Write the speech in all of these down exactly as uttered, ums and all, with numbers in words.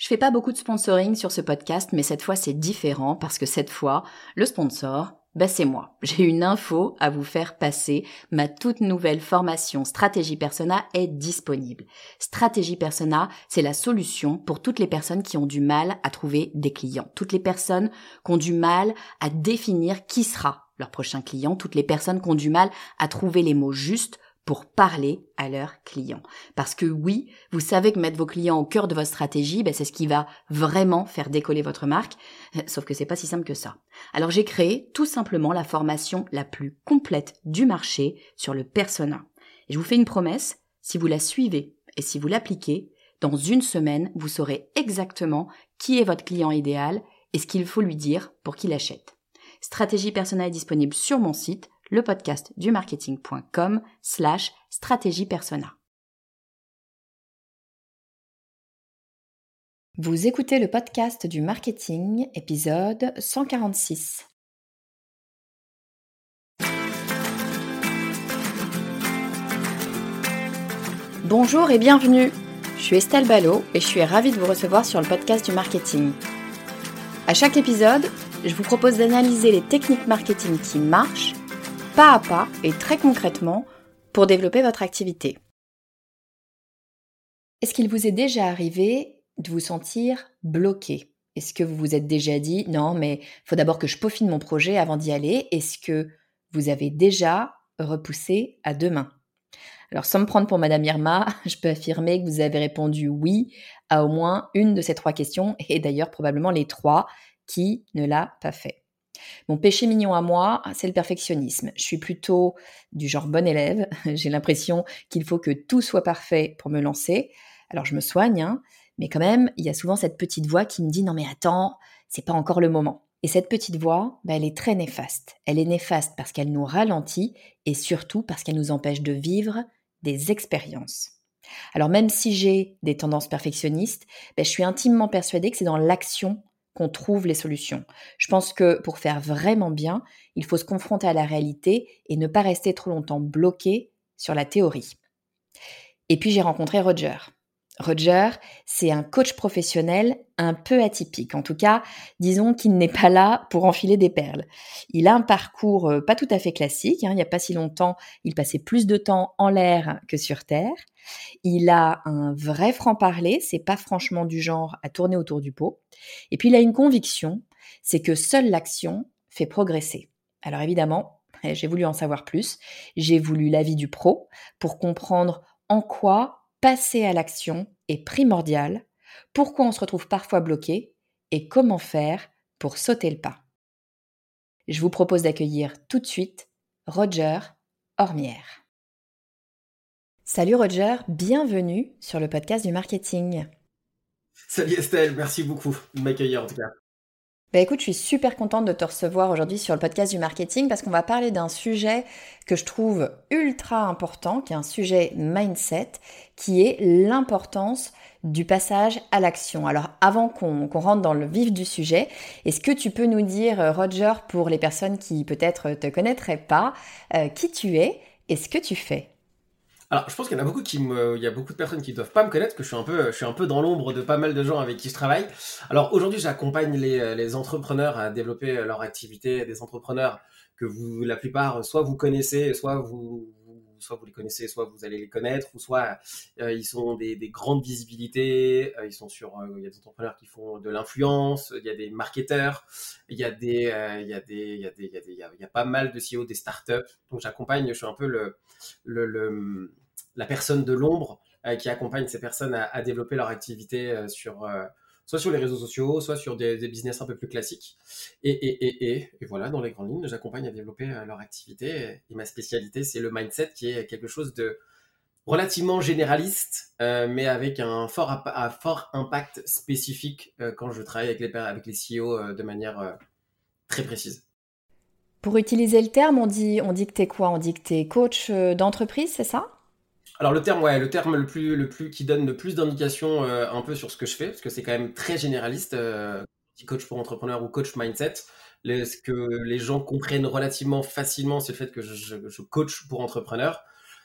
Je fais pas beaucoup de sponsoring sur ce podcast, mais cette fois c'est différent parce que cette fois, le sponsor, bah c'est moi. J'ai une info à vous faire passer. Ma toute nouvelle formation Stratégie Persona est disponible. Stratégie Persona, c'est la solution pour toutes les personnes qui ont du mal à trouver des clients. Toutes les personnes qui ont du mal à définir qui sera leur prochain client. Toutes les personnes qui ont du mal à trouver les mots justes pour parler à leurs clients. Parce que oui, vous savez que mettre vos clients au cœur de votre stratégie, ben c'est ce qui va vraiment faire décoller votre marque, sauf que c'est pas si simple que ça. Alors j'ai créé tout simplement la formation la plus complète du marché sur le persona. Et je vous fais une promesse, si vous la suivez et si vous l'appliquez, dans une semaine, vous saurez exactement qui est votre client idéal et ce qu'il faut lui dire pour qu'il achète. Stratégie Persona est disponible sur mon site, le podcast du marketing.com slash stratégie persona. Vous écoutez le podcast du marketing, épisode cent quarante-six. Bonjour et bienvenue. Je suis Estelle Ballot et je suis ravie de vous recevoir sur le podcast du marketing. À chaque épisode, je vous propose d'analyser les techniques marketing qui marchent pas à pas et très concrètement pour développer votre activité. Est-ce qu'il vous est déjà arrivé de vous sentir bloqué ? Est-ce que vous vous êtes déjà dit « Non, mais il faut d'abord que je peaufine mon projet avant d'y aller » Est-ce que vous avez déjà repoussé à demain ? Alors, sans me prendre pour Madame Irma, je peux affirmer que vous avez répondu oui à au moins une de ces trois questions et d'ailleurs probablement les trois. Qui ne l'a pas fait ? Mon péché mignon à moi, c'est le perfectionnisme. Je suis plutôt du genre bon élève. J'ai l'impression qu'il faut que tout soit parfait pour me lancer. Alors je me soigne, hein, mais quand même, il y a souvent cette petite voix qui me dit « Non mais attends, c'est pas encore le moment ». Et cette petite voix, bah, elle est très néfaste. Elle est néfaste parce qu'elle nous ralentit et surtout parce qu'elle nous empêche de vivre des expériences. Alors même si j'ai des tendances perfectionnistes, bah, je suis intimement persuadée que c'est dans l'action qu'on trouve les solutions. Je pense que pour faire vraiment bien, il faut se confronter à la réalité et ne pas rester trop longtemps bloqué sur la théorie. Et puis j'ai rencontré Roger. Roger, c'est un coach professionnel un peu atypique. En tout cas, disons qu'il n'est pas là pour enfiler des perles. Il a un parcours pas tout à fait classique. Hein. Il n'y a pas si longtemps, il passait plus de temps en l'air que sur terre. Il a un vrai franc-parler, c'est pas franchement du genre à tourner autour du pot. Et puis il a une conviction, c'est que seule l'action fait progresser. Alors évidemment, j'ai voulu en savoir plus. J'ai voulu l'avis du pro pour comprendre en quoi passer à l'action est primordial, pourquoi on se retrouve parfois bloqué et comment faire pour sauter le pas. Je vous propose d'accueillir tout de suite Roger Hormière. Salut Roger, bienvenue sur le podcast du marketing. Salut Estelle, merci beaucoup de m'accueillir en tout cas. Bah écoute, je suis super contente de te recevoir aujourd'hui sur le podcast du marketing parce qu'on va parler d'un sujet que je trouve ultra important, qui est un sujet mindset, qui est l'importance du passage à l'action. Alors avant qu'on, qu'on rentre dans le vif du sujet, est-ce que tu peux nous dire, Roger, pour les personnes qui peut-être te connaîtraient pas, euh, qui tu es et ce que tu fais ? Alors, je pense qu'il y en a beaucoup qui me, il y a beaucoup de personnes qui doivent pas me connaître, que je suis un peu, je suis un peu dans l'ombre de pas mal de gens avec qui je travaille. Alors aujourd'hui, j'accompagne les, les entrepreneurs à développer leur activité, des entrepreneurs que vous, la plupart, soit vous connaissez, soit vous, soit vous les connaissez, soit vous allez les connaître, ou soit euh, ils sont des, des grandes visibilités. Euh, ils sont sur, euh, il y a des entrepreneurs qui font de l'influence, il y a des marketeurs, il y a des, euh, il y a des, il y a des, il y a des, il y a, il y a pas mal de C E O des startups. Donc j'accompagne, je suis un peu le, le, le la personne de l'ombre euh, qui accompagne ces personnes à, à développer leur activité euh, sur, euh, soit sur les réseaux sociaux, soit sur des, des business un peu plus classiques. Et, et, et, et, et voilà, dans les grandes lignes, j'accompagne à développer euh, leur activité. Et ma spécialité, c'est le mindset, qui est quelque chose de relativement généraliste, euh, mais avec un fort, un fort impact spécifique euh, quand je travaille avec les, avec les C E O euh, de manière euh, très précise. Pour utiliser le terme, on dit, on dit que t'es quoi ? On dit que t'es coach d'entreprise, c'est ça ? Alors le terme, ouais, le terme le plus, le plus qui donne le plus d'indications euh, un peu sur ce que je fais, parce que c'est quand même très généraliste, euh, coach pour entrepreneur ou coach mindset. Le, ce que les gens comprennent relativement facilement, c'est le fait que je, je, je coach pour entrepreneurs.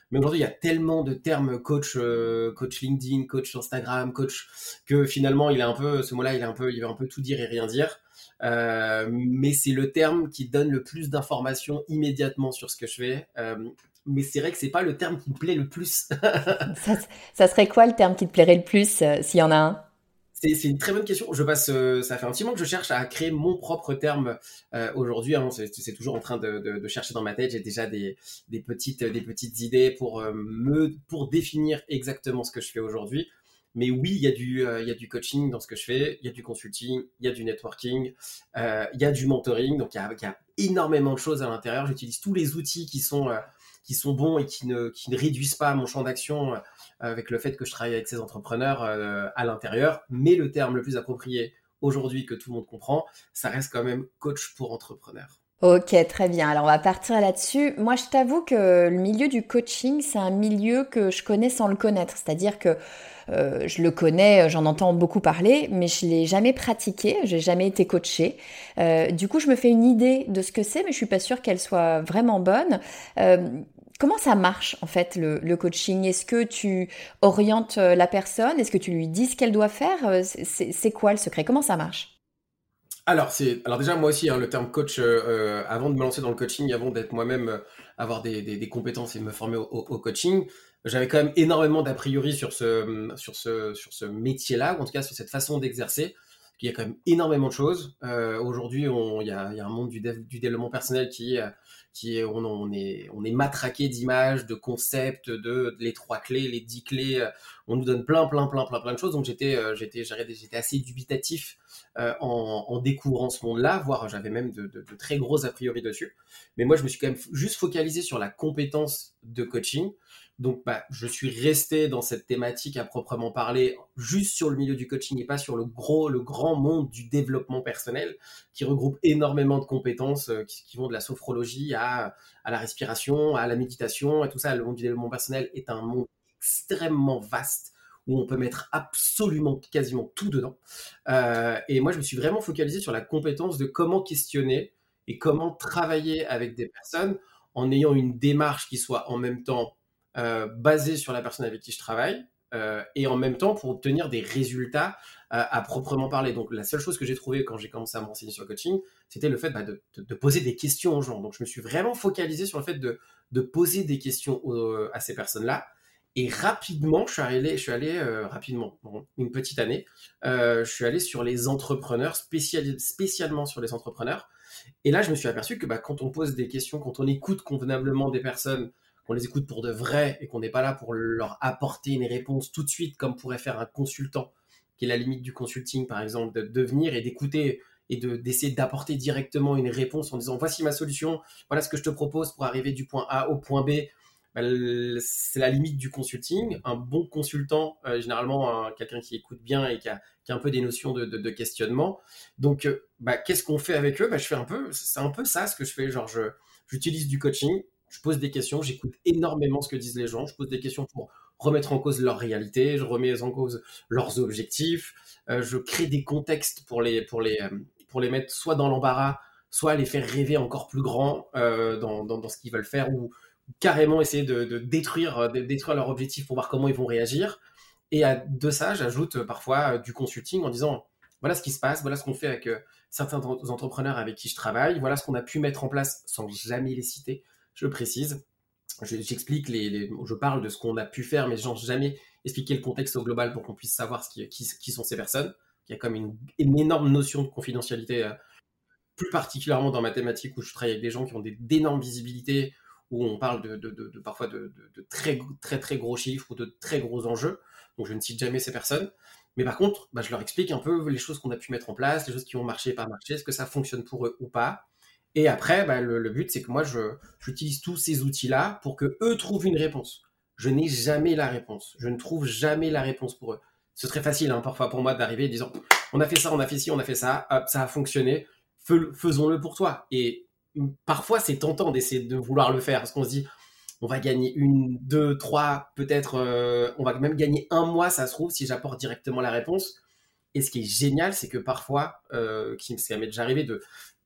Mais aujourd'hui, il y a tellement de termes coach, euh, coach LinkedIn, coach Instagram, coach, que finalement, il est un peu, ce mot-là, il est un peu, il veut un peu tout dire et rien dire. Euh, mais c'est le terme qui donne le plus d'informations immédiatement sur ce que je fais. Euh, mais c'est vrai que c'est pas le terme qui me plaît le plus. Ça, ça serait quoi le terme qui te plairait le plus, euh, s'il y en a un? C'est, c'est une très bonne question. Je passe, euh, ça fait un petit moment que je cherche à créer mon propre terme euh, aujourd'hui. Hein, c'est, c'est toujours en train de, de, de chercher dans ma tête. J'ai déjà des, des petites, des petites idées pour euh, me, pour définir exactement ce que je fais aujourd'hui. Mais oui, il y a du, euh, il y a du coaching dans ce que je fais. Il y a du consulting, il y a du networking, euh, il y a du mentoring. Donc il y a, il y a énormément de choses à l'intérieur. J'utilise tous les outils qui sont, euh, qui sont bons et qui ne, qui ne réduisent pas mon champ d'action. Euh, avec le fait que je travaille avec ces entrepreneurs euh, à l'intérieur. Mais le terme le plus approprié aujourd'hui que tout le monde comprend, ça reste quand même coach pour entrepreneurs. Ok, très bien. Alors on va partir là-dessus. Moi, je t'avoue que le milieu du coaching, c'est un milieu que je connais sans le connaître. C'est-à-dire que euh, je le connais, j'en entends beaucoup parler, mais je l'ai jamais pratiqué, j'ai jamais été coachée. Euh, du coup, je me fais une idée de ce que c'est, mais je suis pas sûre qu'elle soit vraiment bonne. Euh, Comment ça marche en fait le, le coaching? Est-ce que tu orientes euh, la personne? Est-ce que tu lui dis ce qu'elle doit faire? Euh, C'est c'est- c'est quoi le secret? Comment ça marche? Alors, c'est, alors déjà, moi aussi, hein, le terme coach, euh, euh, avant de me lancer dans le coaching, avant d'être moi-même, euh, avoir des, des, des compétences et me former au, au- au coaching, j'avais quand même énormément d'a priori sur ce, sur ce, sur ce métier-là, ou en tout cas sur cette façon d'exercer. Il y a quand même énormément de choses. Euh, aujourd'hui, on- il y a, il y a un monde du, dev- du développement personnel qui, euh, qui est, on, on est, on est matraqué d'images, de concepts, de les trois clés, les dix clés. euh, On nous donne plein, plein, plein, plein, plein de choses. Donc j'étais, euh, j'étais, j'arrêtais- j'étais assez dubitatif euh, en, en découvrant ce monde-là, voire j'avais même de, de- de très gros a priori dessus. Mais moi, je me suis quand même juste focalisé sur la compétence de coaching. Donc, bah, je suis resté dans cette thématique à proprement parler, juste sur le milieu du coaching et pas sur le gros, le grand monde du développement personnel, qui regroupe énormément de compétences euh, qui, qui vont de la sophrologie à, à la respiration, à la méditation et tout ça. Le monde du développement personnel est un monde extrêmement vaste où on peut mettre absolument quasiment tout dedans. Euh, et moi, je me suis vraiment focalisé sur la compétence de comment questionner et comment travailler avec des personnes en ayant une démarche qui soit en même temps euh, basée sur la personne avec qui je travaille euh, et en même temps pour obtenir des résultats euh, à proprement parler. Donc, la seule chose que j'ai trouvée quand j'ai commencé à me renseigner sur le coaching, c'était le fait bah, de, de, de, poser des questions aux gens. Donc, je me suis vraiment focalisé sur le fait de, de poser des questions aux, à ces personnes-là. Et rapidement, je suis allé, je suis allé euh, rapidement, bon, une petite année, euh, je suis allé sur les entrepreneurs, spécial, spécialement sur les entrepreneurs. Et là, je me suis aperçu que bah, quand on pose des questions, quand on écoute convenablement des personnes, qu'on les écoute pour de vrai et qu'on n'est pas là pour leur apporter une réponse tout de suite, comme pourrait faire un consultant, qui est la limite du consulting, par exemple, de, de venir et d'écouter et de, d'essayer d'apporter directement une réponse en disant voici ma solution, voilà ce que je te propose pour arriver du point A au point B. Bah, c'est la limite du consulting. Un bon consultant, euh, généralement, un, quelqu'un qui écoute bien et qui a, qui a un peu des notions de, de, de questionnement. Donc, euh, bah, qu'est-ce qu'on fait avec eux? Bah, je fais un peu, c'est un peu ça ce que je fais. Genre, je, j'utilise du coaching, je pose des questions, j'écoute énormément ce que disent les gens, je pose des questions pour remettre en cause leur réalité, je remets en cause leurs objectifs, euh, je crée des contextes pour les, pour les, euh, pour les mettre soit dans l'embarras, soit les faire rêver encore plus grand euh, dans, dans, dans ce qu'ils veulent faire, ou carrément essayer de, de détruire, de détruire leur objectif pour voir comment ils vont réagir. Et à de ça, j'ajoute euh, parfois euh, du consulting en disant voilà ce qui se passe, voilà ce qu'on fait avec euh, certains entrepreneurs avec qui je travaille, voilà ce qu'on a pu mettre en place sans jamais les citer, je le précise. Je- J'explique, les, les- je parle de ce qu'on a pu faire, mais sans jamais expliquer le contexte au global pour qu'on puisse savoir ce qui, qui, qui sont ces personnes. Il y a comme une, une énorme notion de confidentialité euh, plus particulièrement dans ma thématique où je travaille avec des gens qui ont des, d'énormes visibilités, où on parle de, de, de, de parfois de, de, de, très, très très gros chiffres ou de très gros enjeux. Donc je ne cite jamais ces personnes. Mais par contre, bah, je leur explique un peu les choses qu'on a pu mettre en place, les choses qui ont marché, pas marché, est-ce que ça fonctionne pour eux ou pas. Et après, bah, le, le but, c'est que moi, je, j'utilise tous ces outils-là pour que eux trouvent une réponse. Je n'ai jamais la réponse. Je ne trouve jamais la réponse pour eux. Ce serait facile, hein, parfois pour moi, d'arriver en disant, on a fait ça, on a fait ci, on a fait ça, hop, ça a fonctionné, faisons-le pour toi. Et parfois, c'est tentant d'essayer de vouloir le faire parce qu'on se dit, on va gagner une, deux, trois, peut-être, euh, on va même gagner un mois, ça se trouve, si j'apporte directement la réponse. Et ce qui est génial, c'est que parfois, euh, ça m'est déjà arrivé de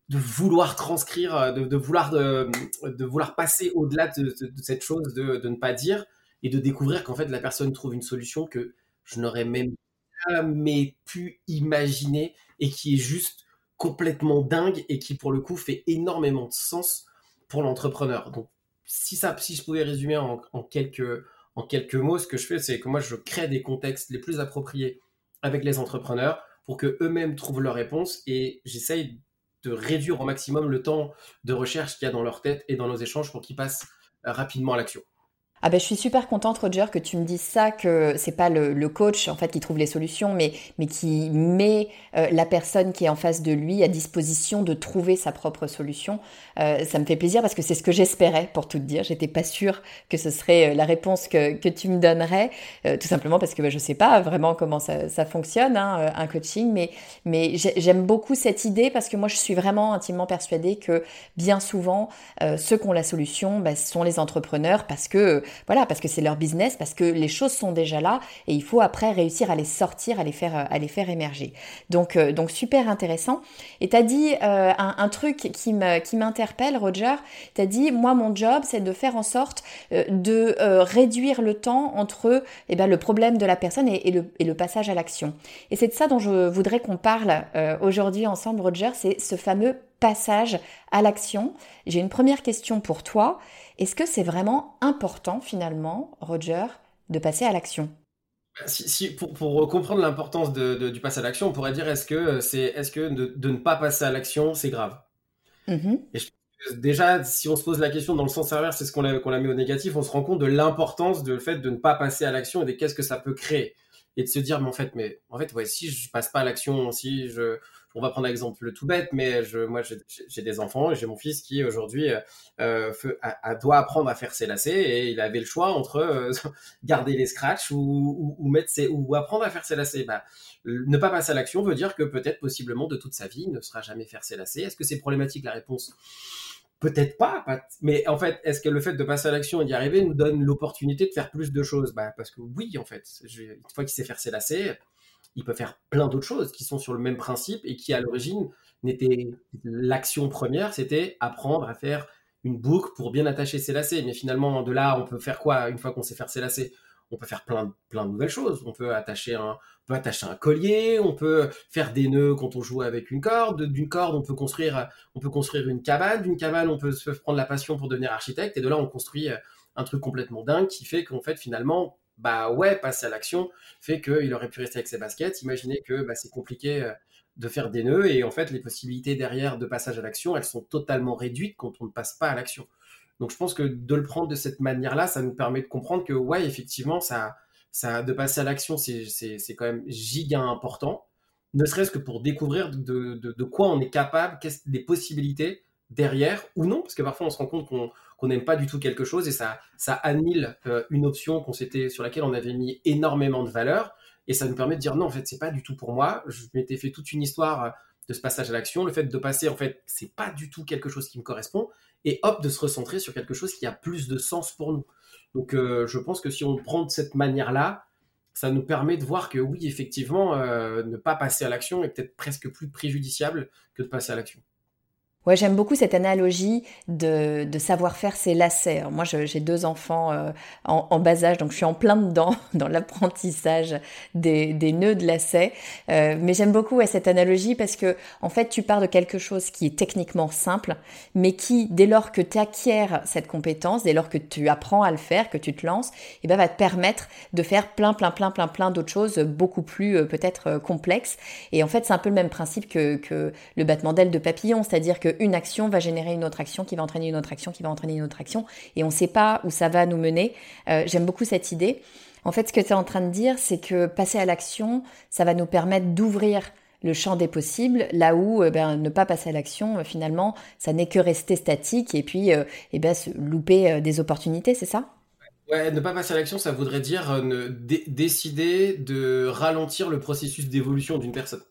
de vouloir transcrire, de, de vouloir, de, de vouloir passer au-delà de, de- de cette chose, de, de ne pas dire, et de découvrir qu'en fait la personne trouve une solution que je n'aurais même jamais pu imaginer et qui est juste complètement dingue et qui pour le coup fait énormément de sens pour l'entrepreneur. Donc si ça, si je pouvais résumer en, en quelques, en quelques mots, ce que je fais, c'est que moi je crée des contextes les plus appropriés avec les entrepreneurs pour que eux-mêmes trouvent leurs réponses et j'essaye de réduire au maximum le temps de recherche qu'il y a dans leur tête et dans nos échanges pour qu'ils passent euh, rapidement à l'action. Ah ben, je suis super contente, Roger, que tu me dises ça, que c'est pas le, le coach en fait qui trouve les solutions, mais, mais qui met euh, la personne qui est en face de lui à disposition de trouver sa propre solution. Euh, ça me fait plaisir parce que c'est ce que j'espérais, pour tout te dire. J'étais pas sûre que ce serait euh, la réponse que, que tu me donnerais, euh, tout simplement parce que ben, je sais pas vraiment comment ça, ça fonctionne, hein, euh, un coaching, mais, mais j'ai- j'aime beaucoup cette idée parce que moi je suis vraiment intimement persuadée que bien souvent, euh, ceux qui ont la solution, ben, ce sont les entrepreneurs parce que voilà, parce que c'est leur business, parce que les choses sont déjà là et il faut après réussir à les sortir, à les faire, à les faire émerger. Donc, euh, donc super intéressant. Et tu as dit euh, un, un truc qui me, qui m'interpelle, Roger. Tu as dit, moi, mon job, c'est de faire en sorte euh, de euh, réduire le temps entre eh ben, le problème de la personne et, et, le, et le passage à l'action. Et c'est de ça dont je voudrais qu'on parle euh, aujourd'hui ensemble, Roger, c'est ce fameux passage à l'action. J'ai une première question pour toi. Est-ce que c'est vraiment important finalement, Roger, de passer à l'action? Si, si- pour, pour comprendre l'importance de- de- du pass à l'action, on pourrait dire est-ce que c'est est-ce que de, de ne pas passer à l'action, c'est grave? Mhm. Et je pense que déjà, si on se pose la question dans le sens inverse, c'est ce qu'on l'a qu'on l'a mis au négatif, on se rend compte de l'importance de le fait de ne pas passer à l'action et de qu'est-ce que ça peut créer. Et de se dire, mais en fait, mais en fait, ouais, si je passe pas à l'action, si je, on va prendre l'exemple le tout bête, mais je, moi, j'ai j'ai des enfants et j'ai mon fils qui aujourd'hui euh, euh, fait- a- a- doit apprendre à faire ses lacets et il avait le choix entre euh, garder les scratchs ou, ou, ou mettre ses, ou apprendre à faire ses lacets. Bah, ne pas passer à l'action veut dire que peut-être, possiblement, de toute sa vie, il ne sera jamais faire ses lacets. Est-ce que c'est problématique? La réponse, peut-être pas. Mais en fait, est-ce que le fait de passer à l'action et d'y arriver nous donne l'opportunité de faire plus de choses? Bah, parce que oui, en fait. Je- une fois qu'il sait faire ses lacets, il peut faire plein d'autres choses qui sont sur le même principe et qui, à l'origine, n'étaient l'action première, c'était apprendre à faire une boucle pour bien attacher ses lacets. Mais finalement, de là, on peut faire quoi une fois qu'on sait faire ses lacets? On peut faire plein, plein de nouvelles choses. On peut attacher un, on peut attacher un collier, on peut faire des nœuds quand on joue avec une corde. D'une corde, on peut construire, on peut construire une cabane. D'une cabane, on peut se prendre la passion pour devenir architecte. Et de là, on construit un truc complètement dingue qui fait qu'en fait, finalement, bah ouais, passer à l'action fait qu'il aurait pu rester avec ses baskets. Imaginez que bah, c'est compliqué euh, de faire des nœuds et en fait, les possibilités derrière de passage à l'action, elles sont totalement réduites quand on ne passe pas à l'action. Donc je pense que de le prendre de cette manière-là, ça nous permet de comprendre que ouais, effectivement, ça, ça, de passer à l'action, c'est, c'est, c'est quand même giga important, ne serait-ce que pour découvrir de, de, de quoi on est capable, quelles les possibilités derrière ou non, parce que parfois on se rend compte qu'on qu'on n'aime pas du tout quelque chose et ça, ça annule euh, une option qu'on s'était, sur laquelle on avait mis énormément de valeur et ça nous permet de dire non, en fait, c'est pas du tout pour moi. Je m'étais fait toute une histoire euh, de ce passage à l'action, le fait de passer, en fait, c'est pas du tout quelque chose qui me correspond et hop, de se recentrer sur quelque chose qui a plus de sens pour nous. Donc, euh, je pense que si on le prend de cette manière-là, ça nous permet de voir que oui, effectivement, euh, ne pas passer à l'action est peut-être presque plus préjudiciable que de passer à l'action. Ouais, j'aime beaucoup cette analogie de, de savoir faire ses lacets. Alors moi, je- j'ai deux enfants euh, en, en bas âge, donc je suis en plein dedans dans l'apprentissage des, des nœuds de lacets. Euh, mais j'aime beaucoup ouais, cette analogie parce que en fait, tu pars de quelque chose qui est techniquement simple, mais qui, dès lors que tu acquiers cette compétence, dès lors que tu apprends à le faire, que tu te lances, eh ben, va te permettre de faire plein, plein, plein, plein, plein d'autres choses beaucoup plus euh, peut-être euh, complexes. Et en fait, c'est un peu le même principe que, que le battement d'aile de papillon, c'est-à-dire qu'une action va générer une autre action qui va entraîner une autre action qui va entraîner une autre action et on ne sait pas où ça va nous mener. Euh, j'aime beaucoup cette idée. En fait, ce que tu es en train de dire, c'est que passer à l'action, ça va nous permettre d'ouvrir le champ des possibles, là où eh ben, ne pas passer à l'action, euh, finalement, ça n'est que rester statique et puis euh, eh ben, se louper euh, des opportunités, c'est ça? Ouais, ne pas passer à l'action, ça voudrait dire euh, ne, dé- décider de ralentir le processus d'évolution d'une personne.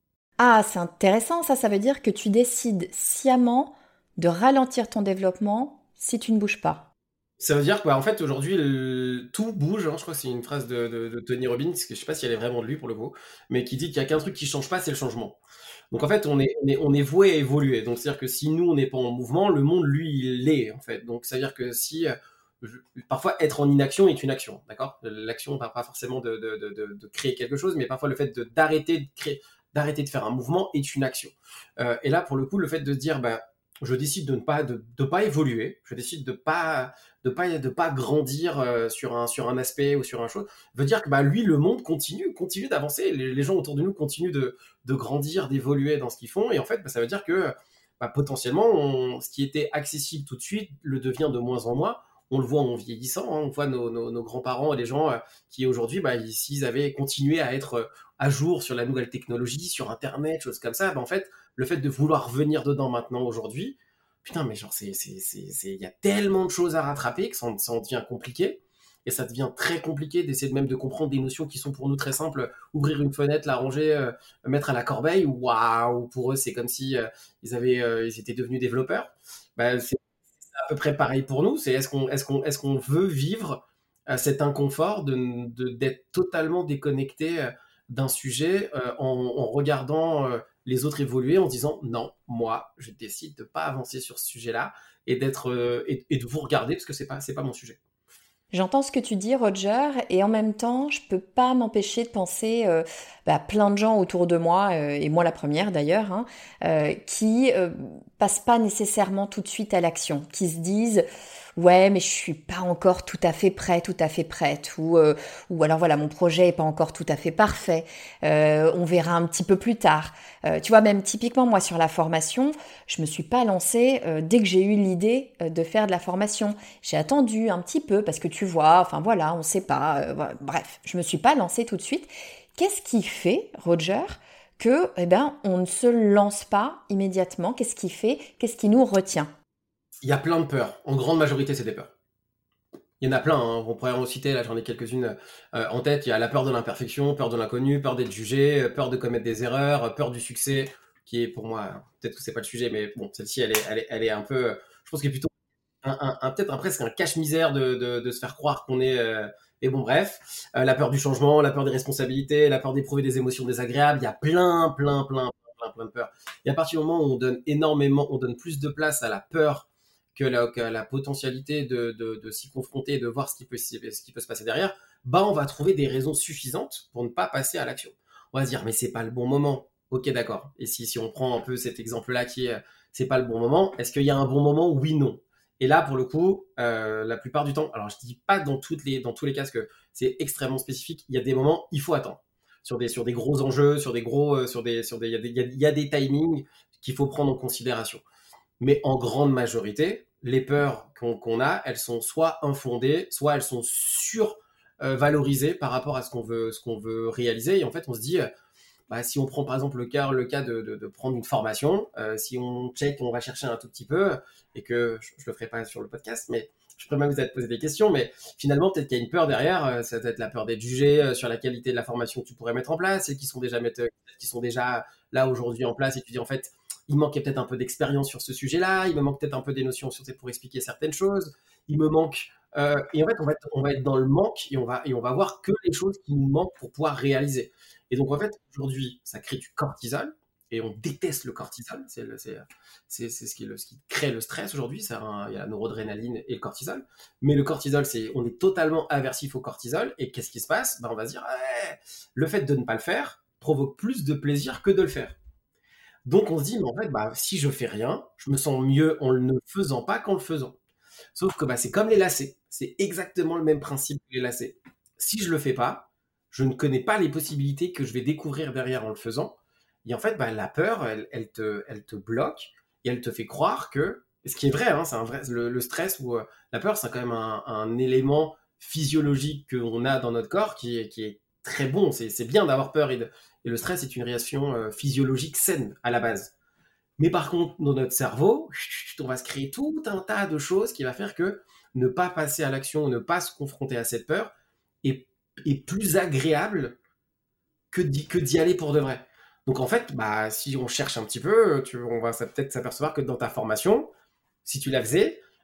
Ah, c'est intéressant, ça, ça veut dire que tu décides sciemment de ralentir ton développement si tu ne bouges pas. Ça veut dire que, bah, en fait, aujourd'hui, le- tout bouge, hein. Je crois que c'est une phrase de, de- de Tony Robbins, que je sais pas si elle est vraiment de lui pour le coup, mais qui dit qu'il y a qu'un truc qui change pas, c'est le changement. Donc en fait, on est, on est, on est voué à évoluer. Donc c'est-à-dire que si nous, on n'est pas en mouvement, le monde, lui, il l'est, en fait. Donc ça veut dire que si... euh, je- parfois, être en inaction est une action, d'accord? L'action ne parle pas forcément de, de, de, de- de créer quelque chose, mais parfois le fait de d'arrêter de créer, d'arrêter de faire un mouvement est une action. Euh, et là, pour le coup, le fait de se dire, bah, je décide de ne pas, de, de pas évoluer, je décide de pas, de pas, de pas grandir euh, sur un, sur un aspect ou sur un chose, veut dire que bah, lui, le monde continue, continue d'avancer. Les, les gens autour de nous continuent de, de grandir, d'évoluer dans ce qu'ils font. Et en fait, bah, ça veut dire que bah, potentiellement, on- ce qui était accessible tout de suite le devient de moins en moins. On le voit en vieillissant, hein. On voit nos, nos, nos grands-parents et les gens euh, qui aujourd'hui, bah, s'ils avaient continué à être euh, à jour sur la nouvelle technologie, sur Internet, choses comme ça, bah, en fait, le fait de vouloir revenir dedans maintenant aujourd'hui, putain, mais genre, c'est, c'est, c'est, c'est, il y a tellement de choses à rattraper que ça en, ça en devient compliqué. Et ça devient très compliqué d'essayer de même de comprendre des notions qui sont pour nous très simples. Ouvrir une fenêtre, la ranger, euh, mettre à la corbeille. Waouh, pour eux, c'est comme si euh, ils avaient, euh, ils étaient devenus développeurs. Bah, c'est à peu près pareil pour nous. C'est est-ce qu'on, est-ce qu'on, est-ce qu'on veut vivre euh, cet inconfort de, de- d'être totalement déconnecté euh, d'un sujet euh, en, en regardant euh, les autres évoluer, en se disant non, moi, je décide de pas avancer sur ce sujet-là et d'être euh, et, et de vous regarder parce que c'est pas c'est pas mon sujet. J'entends ce que tu dis, Roger, et en même temps, je peux pas m'empêcher de penser euh, bah, plein de gens autour de moi, euh, et moi la première d'ailleurs, hein, euh, qui euh, passent pas nécessairement tout de suite à l'action, qui se disent ouais, mais je suis pas encore tout à fait prêt, tout à fait prête, ou euh, ou alors voilà, mon projet est pas encore tout à fait parfait, euh, on verra un petit peu plus tard. Euh, tu vois, même typiquement moi sur la formation, je me suis pas lancée euh, dès que j'ai eu l'idée euh, de faire de la formation. J'ai attendu un petit peu parce que tu vois, enfin voilà, on sait pas. euh, voilà. Bref, je me suis pas lancée tout de suite. Qu'est-ce qui fait, Roger, que eh ben on ne se lance pas immédiatement? Qu'est-ce qui fait? Qu'est-ce qui nous retient? Il y a plein de peurs. En grande majorité, c'est des peurs. Il y en a plein, hein. On pourrait en citer, là j'en ai quelques-unes euh, en tête. Il y a la peur de l'imperfection, peur de l'inconnu, peur d'être jugé, euh, peur de commettre des erreurs, euh, peur du succès, qui est pour moi, peut-être que c'est pas le sujet, mais bon, celle-ci, elle est, elle est, elle est un peu, euh, je pense qu'elle est plutôt un, un- un- peut-être un, presque un cache-misère de, de, de se faire croire qu'on est... euh, et bon, bref, Euh, la peur du changement, la peur des responsabilités, la peur d'éprouver des émotions désagréables, il y a plein, plein, plein, plein, plein de peurs. Et à partir du moment où on donne énormément, on donne plus de place à la peur que la, que la potentialité de, de, de s'y confronter et de voir ce qui, peut, ce qui peut se passer derrière, bah on va trouver des raisons suffisantes pour ne pas passer à l'action. On va se dire, mais c'est pas le bon moment. Ok, d'accord. Et si, si on prend un peu cet exemple-là qui est, c'est pas le bon moment, est-ce qu'il y a un bon moment? Oui, non. Et là, pour le coup, euh, la plupart du temps, alors je dis pas dans, toutes les, dans tous les cas, parce que c'est extrêmement spécifique, il y a des moments, il faut attendre. Sur des, sur des gros enjeux, sur des gros, euh, sur des, sur des, il y a des, il y a, il y a des timings qu'il faut prendre en considération. Mais en grande majorité, les peurs qu'on qu'on a, elles sont soit infondées, soit elles sont survalorisées par rapport à ce qu'on veut, ce qu'on veut réaliser. Et en fait, on se dit, euh, bah, si on prend par exemple le cas, le cas de, de, de prendre une formation, euh, si on check, on va chercher un tout petit peu, et que je, je le ferai pas sur le podcast, mais je pourrais même vous poser des questions, mais finalement peut-être qu'il y a une peur derrière, euh, ça peut être la peur d'être jugé euh, sur la qualité de la formation que tu pourrais mettre en place, et qui sont déjà, mettre, qui sont déjà là aujourd'hui en place, et tu dis en fait, il manquait peut-être un peu d'expérience sur ce sujet-là, il me manque peut-être un peu des notions sur, pour expliquer certaines choses, il me manque... Euh, et en fait, on va, être, on va être dans le manque, et on va, et on va voir que les choses qui nous manquent pour pouvoir réaliser. Et donc, en fait, aujourd'hui, ça crée du cortisol, et on déteste le cortisol. C'est, le- c'est, c'est, c'est ce, qui, le- ce qui crée le stress aujourd'hui. C'est un- il y a la noradrénaline et le cortisol. Mais le cortisol, c'est, on est totalement aversif au cortisol. Et qu'est-ce qui se passe? Ben, on va se dire, ouais, le fait de ne pas le faire provoque plus de plaisir que de le faire. Donc, on se dit, mais en fait, bah, si je fais rien, je me sens mieux en ne le faisant pas qu'en le faisant. Sauf que bah, c'est comme les lacets. C'est exactement le même principe que les lacets. Si je le fais pas, je ne connais pas les possibilités que je vais découvrir derrière en le faisant. Et en fait, bah, la peur, elle, elle te, elle te bloque et elle te fait croire que, et ce qui est vrai, hein, c'est un vrai, le, le stress ou euh, la peur, c'est quand même un, un élément physiologique qu'on a dans notre corps qui est, qui est très bon. C'est, c'est bien d'avoir peur et, de- et le stress est une réaction euh, physiologique saine à la base. Mais par contre, dans notre cerveau, on va se créer tout un tas de choses qui va faire que ne pas passer à l'action, ne pas se confronter à cette peur est, est plus agréable que d'y, que d'y aller pour de vrai. Donc en fait, bah, si on cherche un petit peu, tu, on va peut-être s'apercevoir que dans ta formation, si tu la faisais,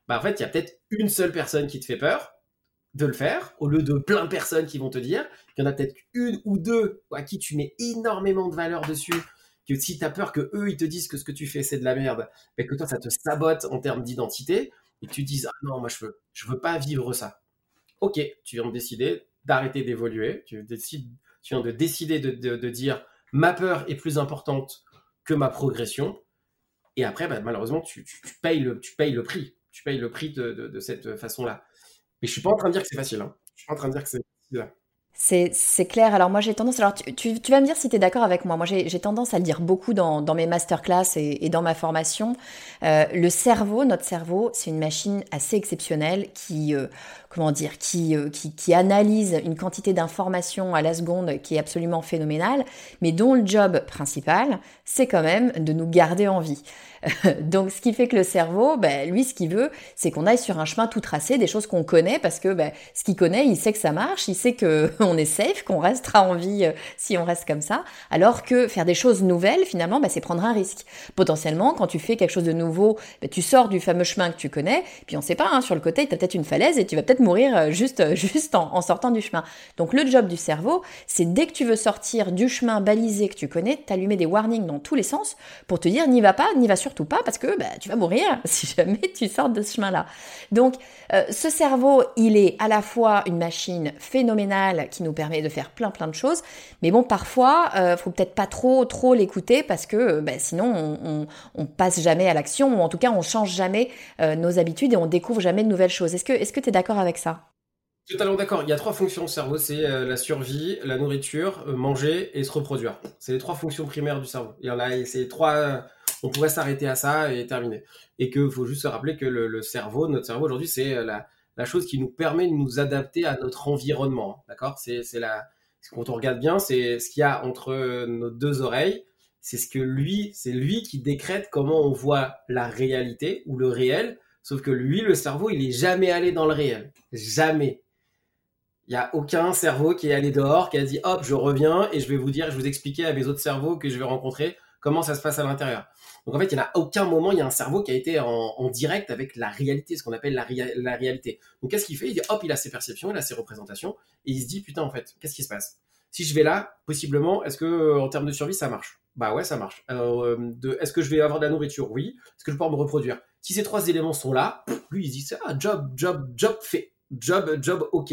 bah en fait, il y a peut-être une seule personne qui te fait peur de le faire, au lieu de plein de personnes qui vont te dire. Il y en a peut-être une ou deux à qui tu mets énormément de valeur dessus, que si tu as peur que eux ils te disent que ce que tu fais c'est de la merde, mais que toi ça te sabote en termes d'identité, et que tu te dises ah non, moi je veux, je veux pas vivre ça. Ok, tu viens de décider d'arrêter d'évoluer, tu, décides, tu viens de décider de, de, de dire ma peur est plus importante que ma progression, et après bah, malheureusement tu, tu, tu, payes le, tu payes le prix, tu payes le prix de, de, de cette façon-là. Mais je suis pas en train de dire que c'est facile, hein. Je suis pas en train de dire que c'est facile. C'est, c'est clair. Alors moi j'ai tendance, alors tu, tu, tu vas me dire si tu es d'accord avec moi. Moi j'ai, j'ai tendance à le dire beaucoup dans, dans mes masterclass et, et dans ma formation. Euh, le cerveau, notre cerveau, c'est une machine assez exceptionnelle qui, euh, comment dire, qui, euh, qui, qui analyse une quantité d'informations à la seconde qui est absolument phénoménale, mais dont le job principal, c'est quand même de nous garder en vie. Donc, ce qui fait que le cerveau, ben, lui, ce qu'il veut, c'est qu'on aille sur un chemin tout tracé, des choses qu'on connaît, parce que ben, ce qu'il connaît, il sait que ça marche, il sait qu'on est safe, qu'on restera en vie euh, si on reste comme ça. Alors que faire des choses nouvelles, finalement, ben, c'est prendre un risque. Potentiellement, quand tu fais quelque chose de nouveau, ben, tu sors du fameux chemin que tu connais, puis on sait pas, hein, sur le côté, tu as peut-être une falaise et tu vas peut-être mourir juste, juste en, en sortant du chemin. Donc, le job du cerveau, c'est dès que tu veux sortir du chemin balisé que tu connais, t'allumer des warnings dans tous les sens pour te dire n'y va pas, n'y va surtout pas, parce que bah, tu vas mourir si jamais tu sors de ce chemin-là. Donc, euh, ce cerveau, il est à la fois une machine phénoménale qui nous permet de faire plein plein de choses, mais bon, parfois, euh, faut peut-être pas trop trop l'écouter parce que bah, sinon, on, on, on passe jamais à l'action, ou en tout cas, on change jamais euh, nos habitudes et on découvre jamais de nouvelles choses. Est-ce que est-ce que tu es d'accord avec ça? Totalement d'accord. Il y a trois fonctions au cerveau, c'est euh, la survie, la nourriture, euh, manger et se reproduire. C'est les trois fonctions primaires du cerveau. Il y en a, et c'est trois. euh, on pourrait s'arrêter à ça et terminer. Et que faut juste se rappeler que le, le cerveau, notre cerveau aujourd'hui, c'est euh, la, la chose qui nous permet de nous adapter à notre environnement. hein, D'accord? C'est, c'est la. Quand on regarde bien, c'est ce qu'il y a entre euh, nos deux oreilles. C'est ce que lui, c'est lui qui décrète comment on voit la réalité ou le réel. Sauf que lui, le cerveau, il est jamais allé dans le réel. Jamais. Il n'y a aucun cerveau qui est allé dehors, qui a dit hop, je reviens et je vais vous dire, je vais vous expliquer à mes autres cerveaux que je vais rencontrer comment ça se passe à l'intérieur. Donc en fait, il n'y a aucun moment, il y a un cerveau qui a été en, en direct avec la réalité, ce qu'on appelle la, ria- la réalité. Donc qu'est-ce qu'il fait? Il dit hop, il a ses perceptions, il a ses représentations et il se dit putain, en fait, qu'est-ce qui se passe? Si je vais là, possiblement, est-ce que euh, en termes de survie, ça marche? Bah ouais, ça marche. Alors, euh, de, est-ce que je vais avoir de la nourriture? Oui. Est-ce que je vais pouvoir me reproduire? Si ces trois éléments sont là, lui, il se dit c'est ah, job, job, job fait. Job, job, ok.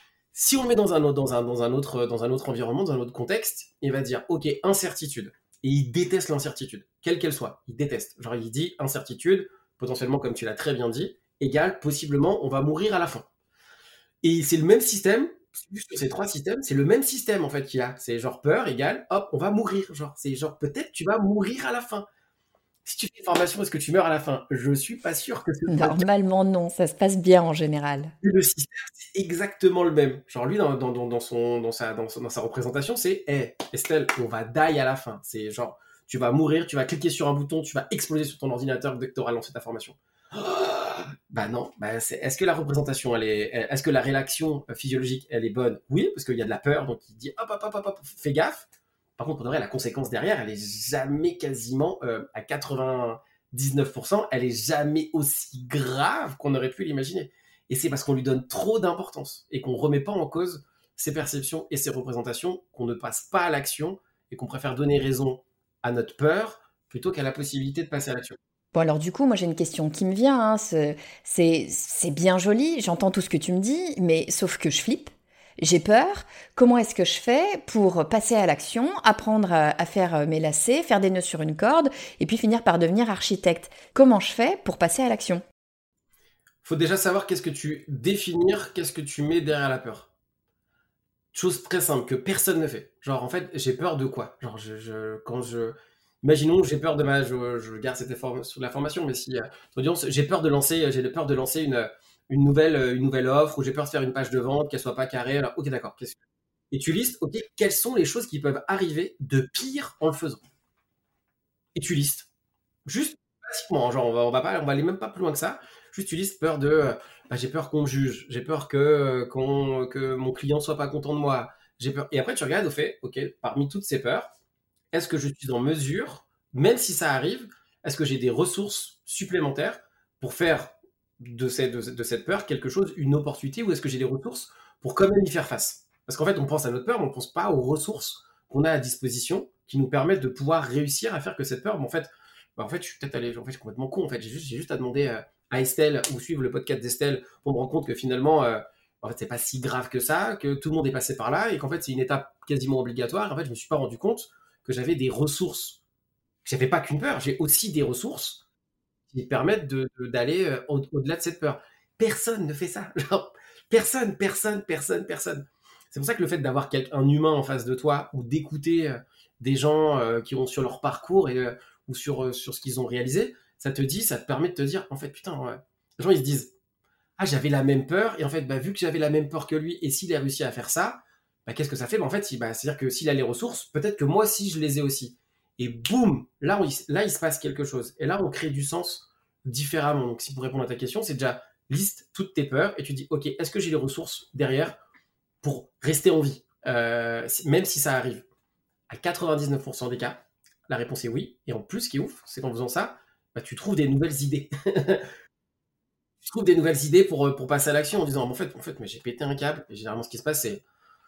Si on le met dans un, autre- dans, un, dans, un autre, dans un autre environnement, dans un autre contexte, il va dire, ok, incertitude. Et il déteste l'incertitude, quelle qu'elle soit. Il déteste. Genre, il dit incertitude, potentiellement, comme tu l'as très bien dit, égale, possiblement, on va mourir à la fin. Et c'est le même système, sur ces trois systèmes, c'est le même système, en fait, qu'il y a. C'est genre peur égale, hop, on va mourir. Genre, c'est genre, peut-être tu vas mourir à la fin. Si tu fais une formation, est-ce que tu meurs à la fin? Je suis pas sûr que ce soit le cas. Normalement, non, ça se passe bien en général. Le système, c'est exactement le même. Genre lui, dans, dans, dans, dans son, dans, sa, dans, son- dans sa représentation, c'est hey, Estelle, on va die à la fin. C'est genre, tu vas mourir, tu vas cliquer sur un bouton, tu vas exploser sur ton ordinateur dès que tu auras lancé ta formation. Ah, bah non, bah c'est, est-ce que la représentation, elle est, est-ce que la réaction physiologique, elle est bonne? Oui, parce qu'il y a de la peur, donc il dit hop, hop, hop, hop, hop, fais gaffe. Par contre, pour de vrai, la conséquence derrière, elle est jamais quasiment euh, à quatre-vingt-dix-neuf pour cent, elle est jamais aussi grave qu'on aurait pu l'imaginer. Et c'est parce qu'on lui donne trop d'importance et qu'on ne remet pas en cause ses perceptions et ses représentations, qu'on ne passe pas à l'action et qu'on préfère donner raison à notre peur plutôt qu'à la possibilité de passer à l'action. Bon alors du coup, moi j'ai une question qui me vient, hein. C'est, c'est c'est bien joli, j'entends tout ce que tu me dis, mais sauf que je flippe, j'ai peur. Comment est-ce que je fais pour passer à l'action, apprendre à, à faire euh, mes lacets, faire des nœuds sur une corde, et puis finir par devenir architecte? Comment je fais pour passer à l'action? Il faut déjà savoir qu'est-ce que tu définir, qu'est-ce que tu mets derrière la peur. Chose très simple que personne ne fait. Genre en fait, j'ai peur de quoi? Genre je, je- quand je imaginons j'ai peur de ma je, je garde cette forme sur la formation, mais si euh, audience, j'ai peur de lancer j'ai peur de lancer une une nouvelle une nouvelle offre ou j'ai peur de faire une page de vente qu'elle soit pas carrée. Alors OK, d'accord. Qu'est-ce que- Et tu listes OK, quelles sont les choses qui peuvent arriver de pire en le faisant? Et tu listes. Juste basiquement, genre on va, on va pas, on va aller même pas plus loin que ça. Juste tu listes peur de, euh, bah, j'ai peur qu'on me juge, j'ai peur que, euh, qu'on- que mon client soit pas content de moi, j'ai peur. Et après tu regardes au fait, ok, parmi toutes ces peurs, est-ce que je suis en mesure, même si ça arrive, est-ce que j'ai des ressources supplémentaires pour faire de cette, de, de cette peur quelque chose, une opportunité, ou est-ce que j'ai les ressources pour quand même y faire face? Parce qu'en fait, on pense à notre peur, mais on ne pense pas aux ressources qu'on a à disposition qui nous permettent de pouvoir réussir à faire que cette peur, mais en fait, bah en fait, je suis peut-être allé, en fait, je suis complètement con. En fait, j'ai juste, j'ai juste à demander euh, à Estelle ou suivre le podcast d'Estelle pour me rendre compte que finalement, euh, en fait, c'est pas si grave que ça, que tout le monde est passé par là et qu'en fait, c'est une étape quasiment obligatoire. En fait, je me suis pas rendu compte que j'avais des ressources. J'avais pas qu'une peur, j'ai aussi des ressources qui permettent de, de- d'aller euh, au- au-delà de cette peur. Personne ne fait ça. Genre, personne, personne, personne, personne. C'est pour ça que le fait d'avoir quel- un humain en face de toi ou d'écouter euh, des gens euh, qui ont sur leur parcours et, euh, ou sur, euh, sur ce qu'ils ont réalisé, ça te dit, ça te permet de te dire, en fait, putain, ouais. Les gens, ils se disent, ah, j'avais la même peur, et en fait, bah, vu que j'avais la même peur que lui, et s'il a réussi à faire ça, bah, qu'est-ce que ça fait? Bah, en fait, il- bah, c'est-à-dire que s'il a les ressources, peut-être que moi aussi, je les ai aussi. Et boum, là, on- là, il se passe quelque chose. Et là, on crée du sens différemment. Donc, si pour répondre à ta question, c'est déjà liste toutes tes peurs et tu dis, ok, est-ce que j'ai les ressources derrière pour rester en vie, Euh, si- même si ça arrive? À quatre-vingt-dix-neuf pour cent des cas, la réponse est oui. Et en plus, ce qui est ouf, c'est qu'en faisant ça, bah, tu trouves des nouvelles idées. Tu trouves des nouvelles idées pour, euh, pour passer à l'action en disant, en fait, en fait, mais j'ai pété un câble. Et généralement, ce qui se passe, c'est,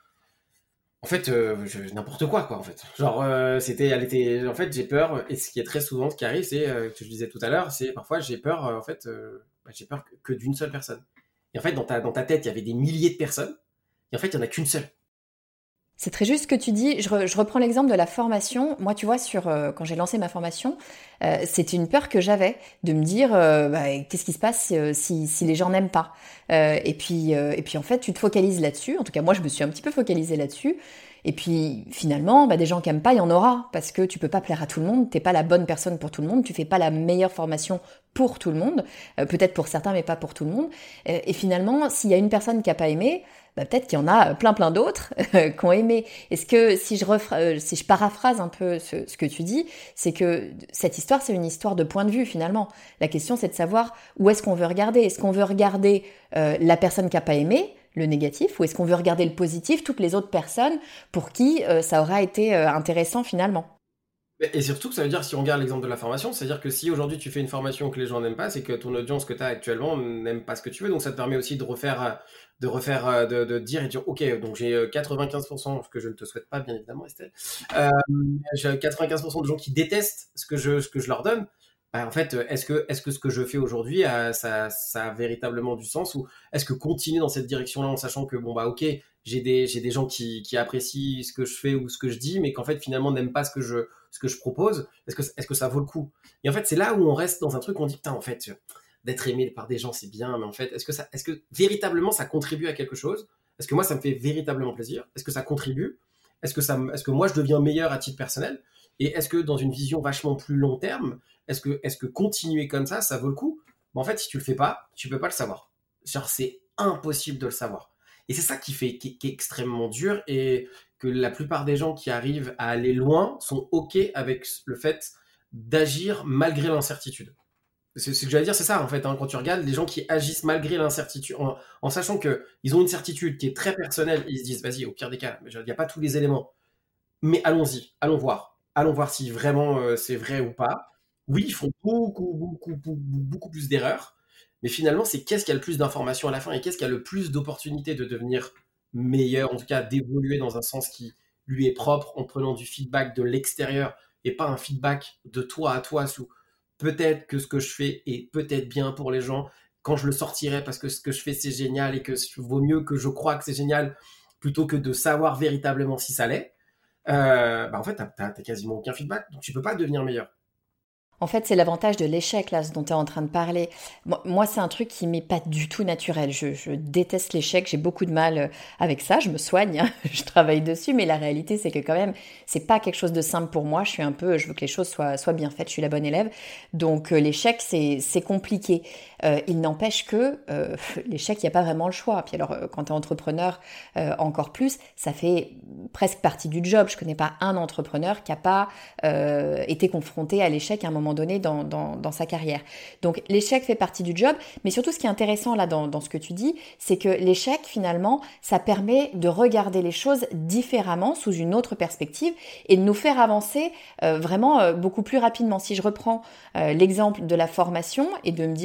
en fait, euh, je- n'importe quoi, quoi, en fait. Genre, euh, c'était, elle était, en fait, j'ai peur. Et ce qui est très souvent, ce qui arrive, c'est, euh, que je disais tout à l'heure, c'est parfois, j'ai peur, euh, en fait, euh, bah, j'ai peur que, que d'une seule personne. Et en fait, dans ta, dans ta tête, il y avait des milliers de personnes. Et en fait, il n'y en a qu'une seule. C'est très juste ce que tu dis. Je, re- je reprends l'exemple de la formation. Moi, tu vois, sur euh, quand j'ai lancé ma formation, euh, c'était une peur que j'avais de me dire euh, bah, qu'est-ce qui se passe euh, si, si les gens n'aiment pas. Euh, et puis, euh, et puis en fait, tu te focalises là-dessus. En tout cas, moi, je me suis un petit peu focalisée là-dessus. Et puis finalement, bah, des gens qui aiment pas, il y en aura parce que tu peux pas plaire à tout le monde. T'es pas la bonne personne pour tout le monde. Tu fais pas la meilleure formation pour tout le monde. Euh, peut-être pour certains, mais pas pour tout le monde. Euh, et finalement, s'il y a une personne qui a pas aimé, bah, peut-être qu'il y en a plein plein d'autres qui ont aimé. Est-ce que si je, refra- euh, si je paraphrase un peu ce, ce que tu dis, c'est que cette histoire, c'est une histoire de point de vue finalement. La question, c'est de savoir où est-ce qu'on veut regarder. Est-ce qu'on veut regarder euh, la personne qui n'a pas aimé, le négatif, ou est-ce qu'on veut regarder le positif, toutes les autres personnes pour qui euh, ça aura été euh, intéressant finalement. Et surtout que ça veut dire, si on regarde l'exemple de la formation, c'est-à-dire que si aujourd'hui tu fais une formation que les gens n'aiment pas, c'est que ton audience que tu as actuellement n'aime pas ce que tu veux. Donc ça te permet aussi de refaire, euh, de refaire, euh, de, de dire et de dire, ok, donc j'ai euh, quatre-vingt-quinze pour cent, ce que je ne te souhaite pas, bien évidemment, Estelle. Euh, j'ai quatre-vingt-quinze pour cent de gens qui détestent ce que je, ce que je leur donne. Bah, en fait, est-ce que, est-ce que ce que je fais aujourd'hui, a- ça, ça a véritablement du sens, ou est-ce que continuer dans cette direction-là en sachant que, bon, bah, ok, j'ai des, j'ai des gens qui, qui apprécient ce que je fais ou ce que je dis, mais qu'en fait, finalement, n'aiment pas ce que je, ce que je propose, est-ce que, est-ce que ça vaut le coup? Et en fait, c'est là où on reste dans un truc où on dit, putain, en fait, d'être aimé par des gens, c'est bien, mais en fait, est-ce que, ça, est-ce que véritablement ça contribue à quelque chose? Est-ce que moi, ça me fait véritablement plaisir? Est-ce que ça contribue? Est-ce que, ça, est-ce que moi, je deviens meilleur à titre personnel? Et est-ce que dans une vision vachement plus long terme, est-ce que, est-ce que continuer comme ça, ça vaut le coup? Ben, en fait, si tu le fais pas, tu peux pas le savoir. Genre, c'est impossible de le savoir. Et c'est ça qui fait, qui, qui est extrêmement dur, et que la plupart des gens qui arrivent à aller loin sont OK avec le fait d'agir malgré l'incertitude. C'est ce que j'allais dire, c'est ça en fait, hein, quand tu regardes les gens qui agissent malgré l'incertitude, en, en sachant qu'ils ont une certitude qui est très personnelle, ils se disent, vas-y, au pire des cas, il n'y a pas tous les éléments, mais allons-y, allons voir. Allons voir si vraiment euh, c'est vrai ou pas. Oui, ils font beaucoup, beaucoup, beaucoup, beaucoup plus d'erreurs, mais finalement, c'est qu'est-ce qui a le plus d'informations à la fin et qu'est-ce qui a le plus d'opportunités de devenir meilleur, en tout cas d'évoluer dans un sens qui lui est propre en prenant du feedback de l'extérieur et pas un feedback de toi à toi sous peut-être que ce que je fais est peut-être bien pour les gens quand je le sortirai parce que ce que je fais c'est génial et que vaut mieux que je crois que c'est génial plutôt que de savoir véritablement si ça l'est. Euh, bah en fait, t'as, t'as, t'as quasiment aucun feedback, donc tu peux pas devenir meilleur. En fait, c'est l'avantage de l'échec, là, ce dont tu es en train de parler. Moi, moi, c'est un truc qui m'est pas du tout naturel. Je, je déteste l'échec, j'ai beaucoup de mal euh, avec ça. Je me soigne, hein, je travaille dessus, mais la réalité, c'est que quand même, c'est pas quelque chose de simple pour moi. Je suis un peu, je veux que les choses soient, soient bien faites, je suis la bonne élève. Donc, euh, l'échec, c'est, c'est compliqué. Euh, il n'empêche que euh, l'échec, il n'y a pas vraiment le choix. Puis alors, euh, quand tu es entrepreneur, euh, encore plus, ça fait presque partie du job. Je connais pas un entrepreneur qui n'a pas euh, été confronté à l'échec à un moment donné dans, dans, dans sa carrière. Donc l'échec fait partie du job, mais surtout ce qui est intéressant là dans, dans ce que tu dis, c'est que l'échec finalement, ça permet de regarder les choses différemment, sous une autre perspective, et de nous faire avancer euh, vraiment euh, beaucoup plus rapidement. Si je reprends euh, l'exemple de la formation et de me dire, bah, par exemple,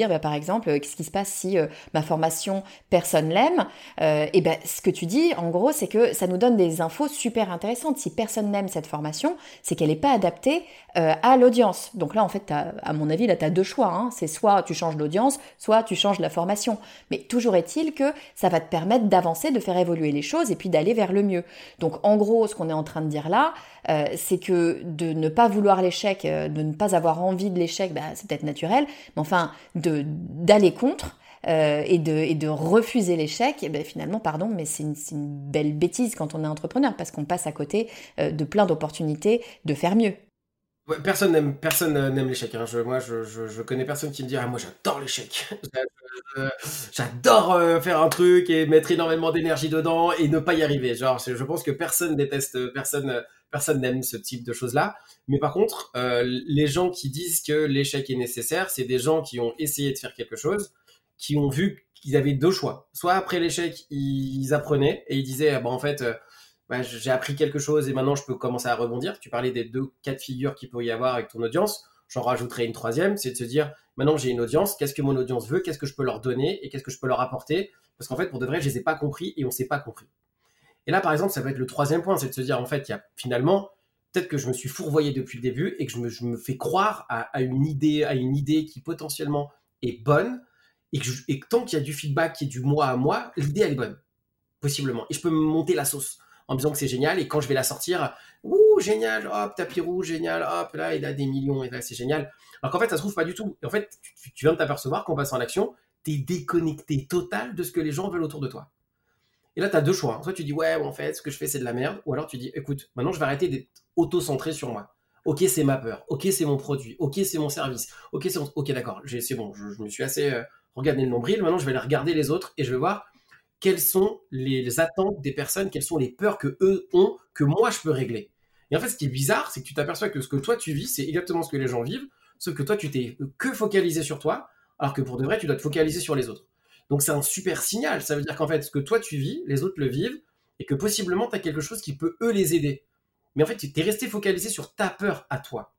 exemple, euh, qu'est-ce qui se passe si euh, ma formation, personne l'aime? Euh, et ben, ce que tu dis, en gros, c'est que ça nous donne des infos super intéressantes. Si personne n'aime cette formation, c'est qu'elle n'est pas adaptée euh, à l'audience. Donc là, en fait, t'as, à mon avis, là, tu as deux choix. Hein. C'est soit tu changes l'audience, soit tu changes la formation. Mais toujours est-il que ça va te permettre d'avancer, de faire évoluer les choses et puis d'aller vers le mieux. Donc, en gros, ce qu'on est en train de dire là, euh, c'est que de ne pas vouloir l'échec, euh, de ne pas avoir envie de l'échec, bah, c'est peut-être naturel, mais enfin, de, d'aller contre, euh, et, de, et de refuser l'échec, eh ben finalement, pardon, mais c'est une, c'est une belle bêtise quand on est entrepreneur, parce qu'on passe à côté euh, de plein d'opportunités de faire mieux. Ouais, personne n'aime personne euh, n'aime l'échec. Hein. Je, moi, je, je, je connais personne qui me dit ah moi j'adore l'échec. Je- je- J'adore euh, faire un truc et mettre énormément d'énergie dedans et ne pas y arriver. Genre, c'est- je pense que personne déteste, personne, euh, personne n'aime ce type de choses-là. Mais par contre, euh, les gens qui disent que l'échec est nécessaire, c'est des gens qui ont essayé de faire quelque chose, qui ont vu qu'ils avaient deux choix. Soit après l'échec, ils apprenaient et ils disaient ah, bon en fait. euh, ouais, j'ai appris quelque chose et maintenant je peux commencer à rebondir. Tu parlais des deux cas de figure qu'il peut y avoir avec ton audience. J'en rajouterai une troisième, c'est de se dire, maintenant que j'ai une audience, qu'est-ce que mon audience veut, qu'est-ce que je peux leur donner et qu'est-ce que je peux leur apporter. Parce qu'en fait, pour de vrai, je les ai pas compris et on s'est pas compris. Et là, par exemple, ça va être le troisième point, c'est de se dire, en fait, il y a finalement, peut-être que je me suis fourvoyé depuis le début et que je me, je me fais croire à, à une idée, à une idée qui potentiellement est bonne et que, je- et que tant qu'il y a du feedback qui est du moi à moi, l'idée elle est bonne possiblement. Et je peux me monter la sauce en me disant que c'est génial. Et quand je vais la sortir, ouh, génial, hop, tapis rouge, génial, hop, là, il a des millions, et là, c'est génial. Alors qu'en fait, ça se trouve pas du tout. Et en fait, tu, tu viens de t'apercevoir qu'en passant à l'action, t'es déconnecté total de ce que les gens veulent autour de toi. Et là, tu as deux choix. Soit tu dis, ouais, en fait, ce que je fais, c'est de la merde. Ou alors tu dis, écoute, maintenant, je vais arrêter d'être auto-centré sur moi. Ok, c'est ma peur. Ok, c'est mon produit. Ok, c'est mon service. Ok, c'est mon... Ok, d'accord. J'ai... C'est bon. Je, je me suis assez euh, regardé le nombril. Maintenant, je vais aller regarder les autres et je vais voir quelles sont les attentes des personnes, quelles sont les peurs que eux ont, que moi je peux régler. Et en fait, ce qui est bizarre, c'est que tu t'aperçois que ce que toi tu vis, c'est exactement ce que les gens vivent, sauf que toi tu t'es que focalisé sur toi, alors que pour de vrai, tu dois te focaliser sur les autres. Donc c'est un super signal. Ça veut dire qu'en fait, ce que toi tu vis, les autres le vivent, et que possiblement tu as quelque chose qui peut eux les aider. Mais en fait, tu t'es resté focalisé sur ta peur à toi.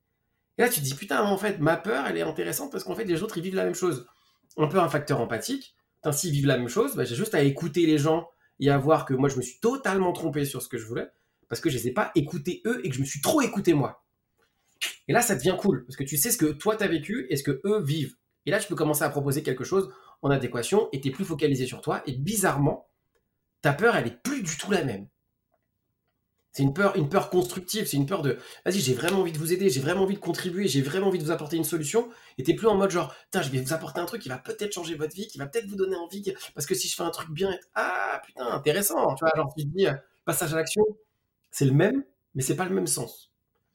Et là, tu te dis, putain, en fait, ma peur, elle est intéressante parce qu'en fait, les autres, ils vivent la même chose. Un peu un facteur empathique. Putain, s'ils vivent la même chose, bah, j'ai juste à écouter les gens et à voir que moi, je me suis totalement trompé sur ce que je voulais parce que je les ai pas écoutés eux et que je me suis trop écouté moi. Et là, ça devient cool parce que tu sais ce que toi, t'as vécu et ce que eux vivent. Et là, tu peux commencer à proposer quelque chose en adéquation et t'es plus focalisé sur toi. Et bizarrement, ta peur, elle est plus du tout la même. C'est une peur, une peur constructive, c'est une peur de vas-y, j'ai vraiment envie de vous aider, j'ai vraiment envie de contribuer, j'ai vraiment envie de vous apporter une solution. Et t'es plus en mode genre, putain, je vais vous apporter un truc qui va peut-être changer votre vie, qui va peut-être vous donner envie, parce que si je fais un truc bien, ah putain, intéressant, tu vois, genre tu te dis, euh, passage à l'action, c'est le même, mais c'est pas le même sens.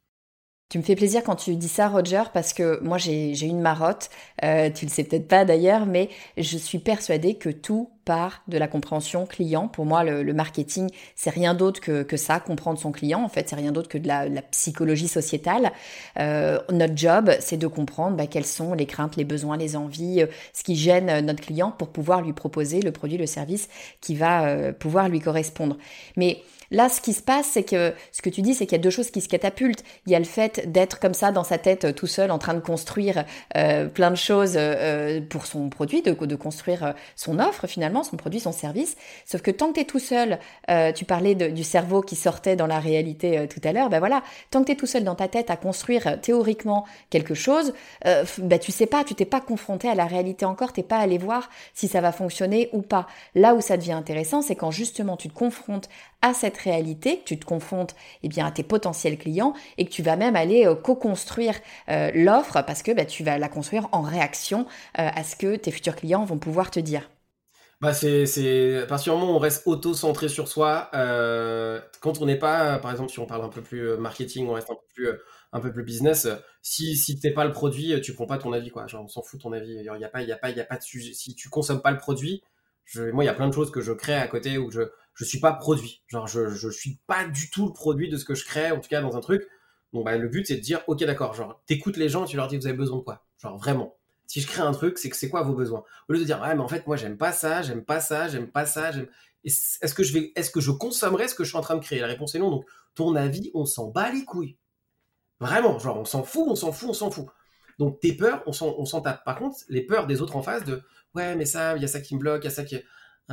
Tu me fais plaisir quand tu dis ça, Roger, parce que moi j'ai j'ai une marotte. Euh, tu le sais peut-être pas d'ailleurs, mais je suis persuadée que tout part de la compréhension client. Pour moi, le, le marketing, c'est rien d'autre que, que ça, comprendre son client. En fait, c'est rien d'autre que de la, de la psychologie sociétale. Euh, notre job, c'est de comprendre bah, quelles sont les craintes, les besoins, les envies, euh, ce qui gêne euh, notre client pour pouvoir lui proposer le produit, le service qui va euh, pouvoir lui correspondre. Mais là, ce qui se passe, c'est que ce que tu dis, c'est qu'il y a deux choses qui se catapultent. Il y a le fait d'être comme ça dans sa tête euh, tout seul en train de construire euh, plein de choses euh, pour son produit, de, de construire euh, son offre finalement, son produit, son service. Sauf que tant que tu es tout seul, euh, tu parlais de, du cerveau qui sortait dans la réalité euh, tout à l'heure, ben voilà, tant que tu es tout seul dans ta tête à construire euh, théoriquement quelque chose, euh, ben tu sais pas, tu t'es pas confronté à la réalité encore, t'es pas allé voir si ça va fonctionner ou pas. Là où ça devient intéressant, c'est quand justement tu te confrontes à cette réalité, que tu te confrontes eh bien, à tes potentiels clients et que tu vas même aller euh, co-construire euh, l'offre parce que bah, tu vas la construire en réaction euh, à ce que tes futurs clients vont pouvoir te dire. Bah c'est, c'est, à partir du moment où on reste auto-centré sur soi, euh, quand on n'est pas, par exemple, si on parle un peu plus euh, marketing, on reste un peu plus, euh, un peu plus business, euh, si, si t'es pas le produit, euh, tu prends pas ton avis, quoi. Genre, on s'en fout ton avis. Il y a pas, il y a pas, il y a pas de sujet. Si tu consommes pas le produit, je, moi, il y a plein de choses que je crée à côté où je, je suis pas produit. Genre, je, je suis pas du tout le produit de ce que je crée, en tout cas, dans un truc. Donc, bah, le but, c'est de dire, ok, d'accord, genre, t'écoutes les gens, tu leur dis, vous avez besoin de quoi? Genre, vraiment. Si je crée un truc, c'est que c'est quoi vos besoins? Au lieu de dire, ouais, mais en fait, moi, j'aime pas ça, j'aime pas ça, j'aime pas ça, j'aime. Est-ce que je vais, est-ce que je consommerai ce que je suis en train de créer? La réponse est non. Donc, ton avis, on s'en bat les couilles. Vraiment, genre, on s'en fout, on s'en fout, on s'en fout. Donc tes peurs, on s'en, on s'en tape. Par contre, les peurs des autres en face de ouais, mais ça, il y a ça qui me bloque, il y a ça qui est.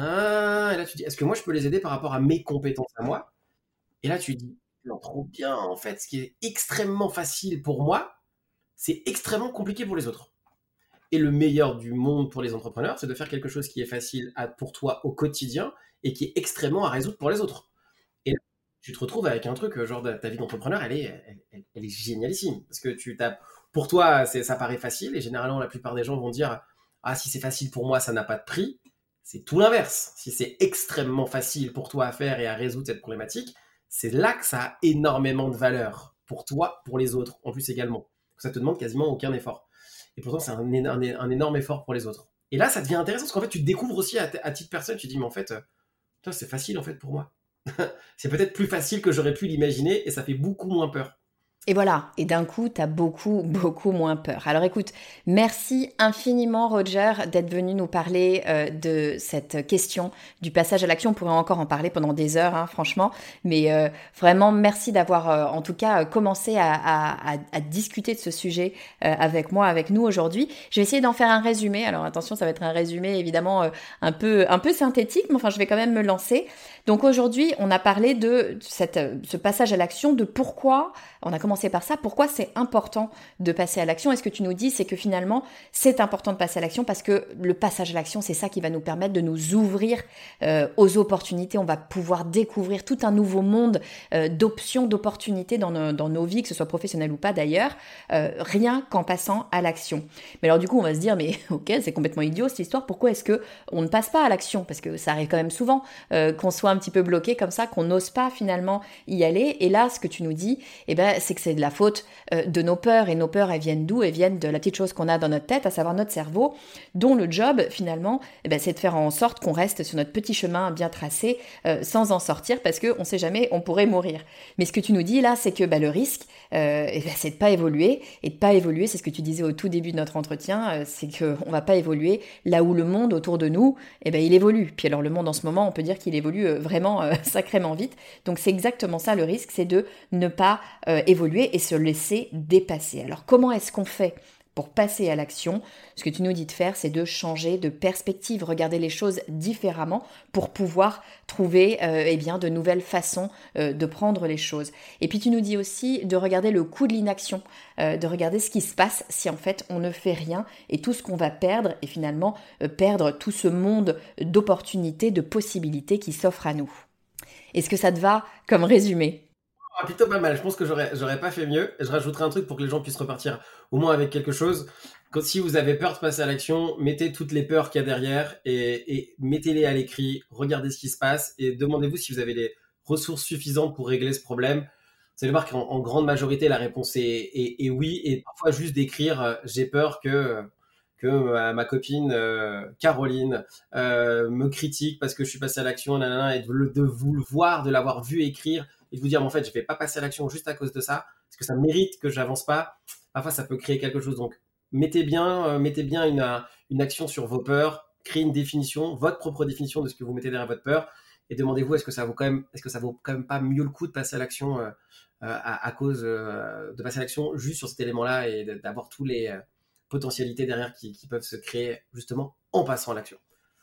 Ah, et là tu dis, est-ce que moi je peux les aider par rapport à mes compétences à moi? Et là tu dis, non, trop bien, en fait, ce qui est extrêmement facile pour moi, c'est extrêmement compliqué pour les autres. Et le meilleur du monde pour les entrepreneurs, c'est de faire quelque chose qui est facile à, pour toi au quotidien et qui est extrêmement à résoudre pour les autres. Et là, tu te retrouves avec un truc, genre ta vie d'entrepreneur, elle est, elle, elle- elle est génialissime. Parce que tu tapes, pour toi, c'est, ça paraît facile, et généralement, la plupart des gens vont dire, ah, si c'est facile pour moi, ça n'a pas de prix. C'est tout l'inverse. Si c'est extrêmement facile pour toi à faire et à résoudre cette problématique, c'est là que ça a énormément de valeur pour toi, pour les autres, en plus également. Ça te demande quasiment aucun effort. Et pourtant, c'est un, éno- un é- un énorme effort pour les autres. Et là, ça devient intéressant parce qu'en fait, tu te découvres aussi à, t- à titre personnel, tu te dis, mais en fait, euh, putain, c'est facile en fait pour moi. C'est peut-être plus facile que j'aurais pu l'imaginer et ça fait beaucoup moins peur. Et voilà, et d'un coup, tu as beaucoup, beaucoup moins peur. Alors écoute, merci infiniment Roger d'être venu nous parler euh, de cette question du passage à l'action. On pourrait encore en parler pendant des heures, hein, franchement. Mais euh, vraiment, merci d'avoir euh, en tout cas euh, commencé à, à, à, à discuter de ce sujet euh, avec moi, avec nous aujourd'hui. Je vais essayer d'en faire un résumé. Alors attention, ça va être un résumé évidemment euh, un peu, un peu synthétique, mais enfin, je vais quand même me lancer. Donc aujourd'hui, on a parlé de cette, ce passage à l'action, de pourquoi, on a commencé par ça, pourquoi c'est important de passer à l'action. Et ce que tu nous dis, c'est que finalement, c'est important de passer à l'action parce que le passage à l'action, c'est ça qui va nous permettre de nous ouvrir euh, aux opportunités. On va pouvoir découvrir tout un nouveau monde euh, d'options, d'opportunités dans nos, dans nos vies, que ce soit professionnel ou pas d'ailleurs, euh, rien qu'en passant à l'action. Mais alors du coup, on va se dire, mais ok, c'est complètement idiot cette histoire, pourquoi est-ce que on ne passe pas à l'action? Parce que ça arrive quand même souvent euh, qu'on soit un petit peu bloqué comme ça, qu'on n'ose pas finalement y aller. Et là, ce que tu nous dis, eh ben, c'est que c'est de la faute euh, de nos peurs. Et nos peurs, elles viennent d'où? Elles viennent de la petite chose qu'on a dans notre tête, à savoir notre cerveau, dont le job, finalement, eh ben, c'est de faire en sorte qu'on reste sur notre petit chemin bien tracé, euh, sans en sortir, parce qu'on ne sait jamais, on pourrait mourir. Mais ce que tu nous dis là, c'est que bah, le risque, euh, eh ben, c'est de pas évoluer. Et de pas évoluer, c'est ce que tu disais au tout début de notre entretien, euh, c'est qu'on va pas évoluer là où le monde autour de nous, eh ben, il évolue. Puis alors le monde en ce moment, on peut dire qu'il évolue euh, vraiment euh, sacrément vite. Donc c'est exactement ça le risque, c'est de ne pas euh, évoluer et se laisser dépasser. Alors comment est-ce qu'on fait pour passer à l'action? Ce que tu nous dis de faire, c'est de changer de perspective, regarder les choses différemment pour pouvoir trouver euh, eh bien, de nouvelles façons euh, de prendre les choses. Et puis tu nous dis aussi de regarder le coût de l'inaction, euh, de regarder ce qui se passe si en fait on ne fait rien et tout ce qu'on va perdre et finalement euh, perdre tout ce monde d'opportunités, de possibilités qui s'offrent à nous. Est-ce que ça te va comme résumé? Ah, plutôt pas mal. Je pense que j'aurais, j'aurais pas fait mieux. Et je rajouterai un truc pour que les gens puissent repartir au moins avec quelque chose. Quand, si vous avez peur de passer à l'action, mettez toutes les peurs qu'il y a derrière et, et mettez-les à l'écrit. Regardez ce qui se passe et demandez-vous si vous avez les ressources suffisantes pour régler ce problème. Vous allez voir qu'en en grande majorité, la réponse est, est, est oui. Et parfois, juste d'écrire, euh, j'ai peur que, que ma, ma copine euh, Caroline euh, me critique parce que je suis passé à l'action, nanana, et de, le- de vous le voir, de l'avoir vu écrire et de vous dire, mais en fait, je vais pas passer à l'action juste à cause de ça, parce que ça mérite que j'avance pas. Parfois, ça peut créer quelque chose. Donc, mettez bien, euh, mettez bien une, euh, une action sur vos peurs, créez une définition, votre propre définition de ce que vous mettez derrière votre peur, et demandez-vous est-ce que ça vaut quand même, est-ce que ça vaut quand même pas mieux le coup de passer à l'action euh, euh, à, à cause euh, de passer à l'action juste sur cet élément-là et de- d'avoir tous les euh, potentialités derrière qui, qui peuvent se créer justement en passant à l'action.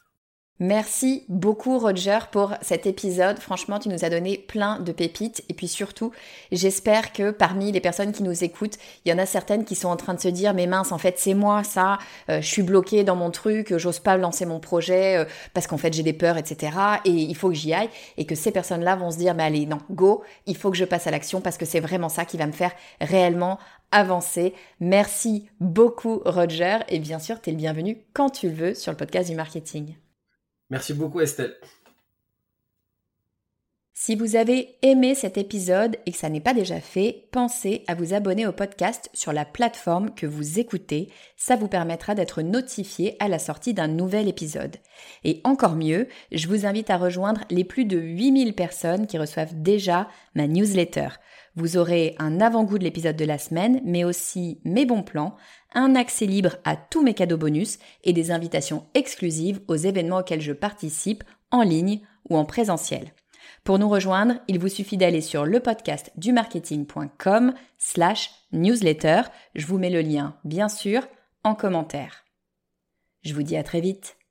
Merci beaucoup Roger pour cet épisode. Franchement, tu nous as donné plein de pépites. Et puis surtout, j'espère que parmi les personnes qui nous écoutent, il y en a certaines qui sont en train de se dire « Mais mince, en fait, c'est moi ça, euh, je suis bloquée dans mon truc, j'ose pas lancer mon projet euh, parce qu'en fait, j'ai des peurs, et cetera. Et il faut que j'y aille. » Et que ces personnes-là vont se dire « Mais allez, non, go, il faut que je passe à l'action parce que c'est vraiment ça qui va me faire réellement avancer. » Merci beaucoup Roger. Et bien sûr, tu es le bienvenu quand tu le veux sur le podcast du marketing. Merci beaucoup Estelle. Si vous avez aimé cet épisode et que ça n'est pas déjà fait, pensez à vous abonner au podcast sur la plateforme que vous écoutez. Ça vous permettra d'être notifié à la sortie d'un nouvel épisode. Et encore mieux, je vous invite à rejoindre les plus de huit mille personnes qui reçoivent déjà ma newsletter. Vous aurez un avant-goût de l'épisode de la semaine, mais aussi mes bons plans, un accès libre à tous mes cadeaux bonus et des invitations exclusives aux événements auxquels je participe en ligne ou en présentiel. Pour nous rejoindre, il vous suffit d'aller sur lepodcastdumarketing.com slash newsletter. Je vous mets le lien, bien sûr, en commentaire. Je vous dis à très vite.